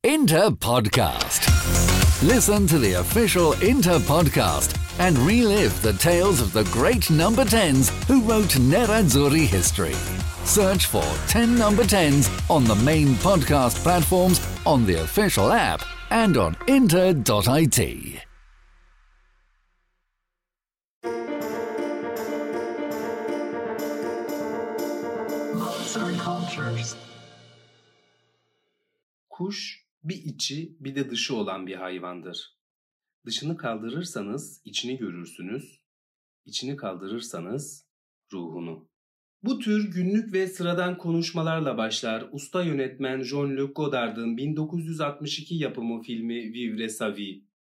Inter Podcast. Listen to the official Inter Podcast and relive the tales of the great number 10s who wrote Nerazzurri history. Search for 10 number 10s on the main podcast platforms, on the official app, and on inter.it. Kuş bir içi bir de dışı olan bir hayvandır. Dışını kaldırırsanız içini görürsünüz, içini kaldırırsanız ruhunu. Bu tür günlük ve sıradan konuşmalarla başlar usta yönetmen Jean-Luc Godard'ın 1962 yapımı filmi Vivre sa vie.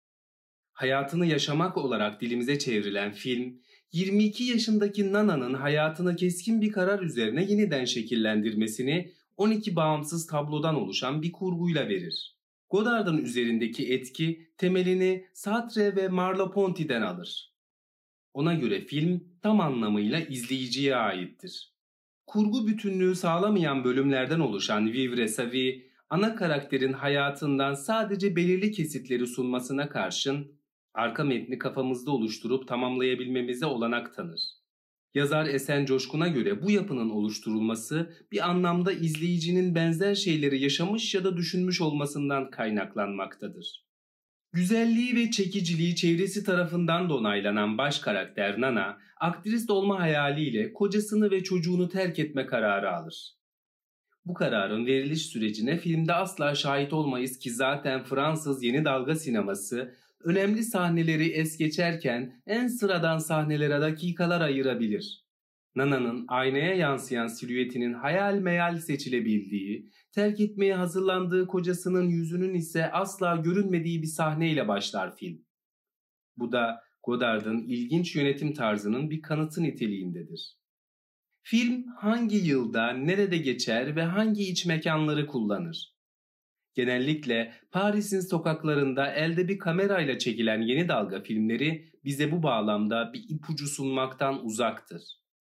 Hayatını yaşamak olarak dilimize çevrilen film, 22 yaşındaki Nana'nın hayatını keskin bir karar üzerine yeniden şekillendirmesini 12 bağımsız tablodan oluşan bir kurguyla verir. Godard'ın üzerindeki etki temelini Sartre ve Merleau-Ponty'den alır. Ona göre film tam anlamıyla izleyiciye aittir. Kurgu bütünlüğü sağlamayan bölümlerden oluşan Vivre sa vie, ana karakterin hayatından sadece belirli kesitleri sunmasına karşın arka metni kafamızda oluşturup tamamlayabilmemize olanak tanır. Yazar Esen Coşkun'a göre bu yapının oluşturulması bir anlamda izleyicinin benzer şeyleri yaşamış ya da düşünmüş olmasından kaynaklanmaktadır. Güzelliği ve çekiciliği çevresi tarafından da onaylanan baş karakter Nana, aktrist olma hayaliyle kocasını ve çocuğunu terk etme kararı alır. Bu kararın veriliş sürecine filmde asla şahit olmayız ki zaten Fransız yeni dalga sineması önemli sahneleri es geçerken en sıradan sahnelere dakikalar ayırabilir. Nana'nın aynaya yansıyan silüetinin hayal meyal seçilebildiği, terk etmeye hazırlandığı kocasının yüzünün ise asla görünmediği bir sahneyle başlar film. Bu da Godard'ın ilginç yönetim tarzının bir kanıtı niteliğindedir. Film hangi yılda, nerede geçer ve hangi iç mekanları kullanır? Genellikle Paris'in sokaklarında elde bir kamerayla çekilen yeni dalga filmleri bize bu bağlamda bir ipucu sunmaktan uzaktır.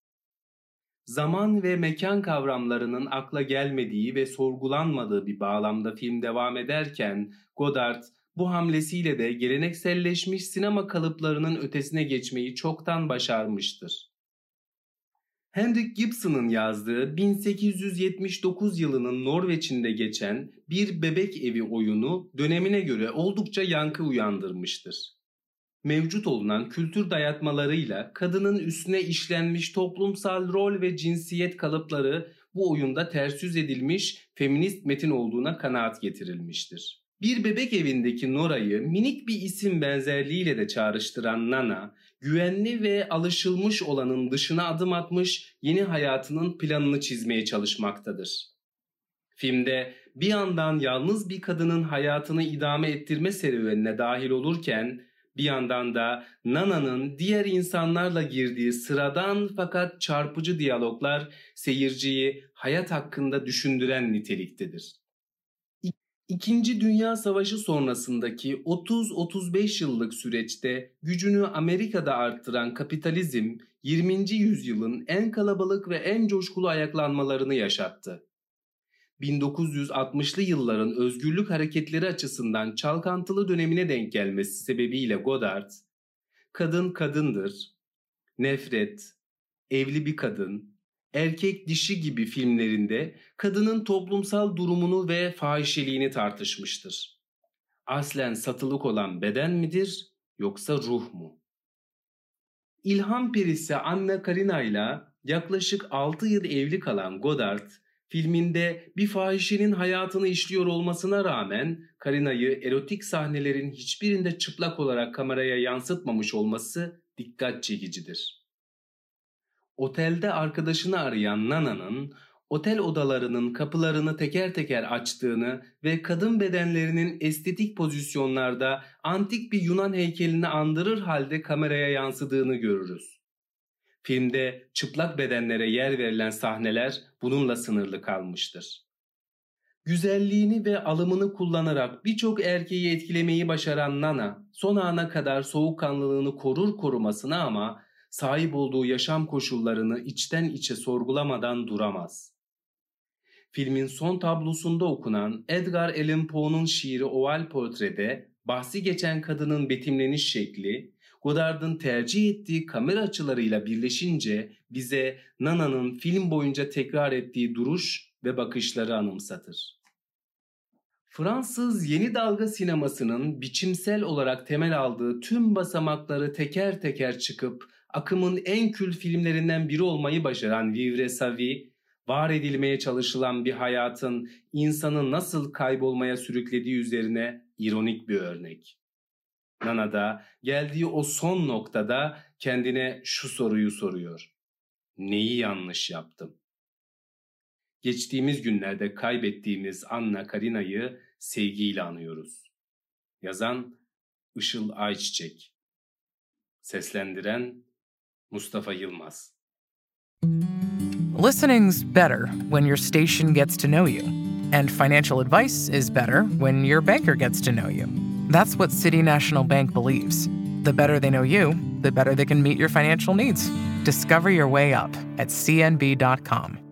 Zaman ve mekan kavramlarının akla gelmediği ve sorgulanmadığı bir bağlamda film devam ederken Godard bu hamlesiyle de gelenekselleşmiş sinema kalıplarının ötesine geçmeyi çoktan başarmıştır. Henrik Ibsen'ın yazdığı 1879 yılının Norveç'inde geçen Bir Bebek Evi oyunu dönemine göre oldukça yankı uyandırmıştır. Mevcut olunan kültür dayatmalarıyla kadının üstüne işlenmiş toplumsal rol ve cinsiyet kalıpları bu oyunda ters yüz edilmiş feminist metin olduğuna kanaat getirilmiştir. Bir Bebek Evi'ndeki Nora'yı minik bir isim benzerliğiyle de çağrıştıran Nana, güvenli ve alışılmış olanın dışına adım atmış yeni hayatının planını çizmeye çalışmaktadır. Filmde bir yandan yalnız bir kadının hayatını idame ettirme serüvenine dahil olurken, bir yandan da Nana'nın diğer insanlarla girdiği sıradan fakat çarpıcı diyaloglar seyirciyi hayat hakkında düşündüren niteliktedir. İkinci Dünya Savaşı sonrasındaki 30-35 yıllık süreçte gücünü Amerika'da arttıran kapitalizm 20. yüzyılın en kalabalık ve en coşkulu ayaklanmalarını yaşattı. 1960'lı yılların özgürlük hareketleri açısından çalkantılı dönemine denk gelmesi sebebiyle Godard, Kadın Kadındır, Nefret, Evli Bir Kadın, Erkek Dişi gibi filmlerinde kadının toplumsal durumunu ve fahişeliğini tartışmıştır. Aslen satılık olan beden midir yoksa ruh mu? İlham perisi Anna Karina ile yaklaşık 6 yıl evli kalan Godard, filminde bir fahişenin hayatını işliyor olmasına rağmen Karina'yı erotik sahnelerin hiçbirinde çıplak olarak kameraya yansıtmamış olması dikkat çekicidir. Otelde arkadaşını arayan Nana'nın otel odalarının kapılarını teker teker açtığını ve kadın bedenlerinin estetik pozisyonlarda antik bir Yunan heykelini andırır halde kameraya yansıdığını görürüz. Filmde çıplak bedenlere yer verilen sahneler bununla sınırlı kalmıştır. Güzelliğini ve alımını kullanarak birçok erkeği etkilemeyi başaran Nana, son ana kadar soğukkanlılığını korur korumasına ama sahip olduğu yaşam koşullarını içten içe sorgulamadan duramaz. Filmin son tablosunda okunan Edgar Allan Poe'nun şiiri Oval Portre'de bahsi geçen kadının betimleniş şekli, Godard'ın tercih ettiği kamera açılarıyla birleşince bize Nana'nın film boyunca tekrar ettiği duruş ve bakışları anımsatır. Fransız yeni dalga sinemasının biçimsel olarak temel aldığı tüm basamakları teker teker çıkıp akımın en kült filmlerinden biri olmayı başaran Vivre sa vie, var edilmeye çalışılan bir hayatın insanı nasıl kaybolmaya sürüklediği üzerine ironik bir örnek. Nana da geldiği o son noktada kendine şu soruyu soruyor. Neyi yanlış yaptım? Geçtiğimiz günlerde kaybettiğimiz Anna Karina'yı sevgiyle anıyoruz. Yazan Işıl Ayçiçek. Seslendiren Mustafa Yılmaz. Listening's better when your station gets to know you, and financial advice is better when your banker gets to know you. That's what City National Bank believes. The better they know you, the better they can meet your financial needs. Discover your way up at cnb.com.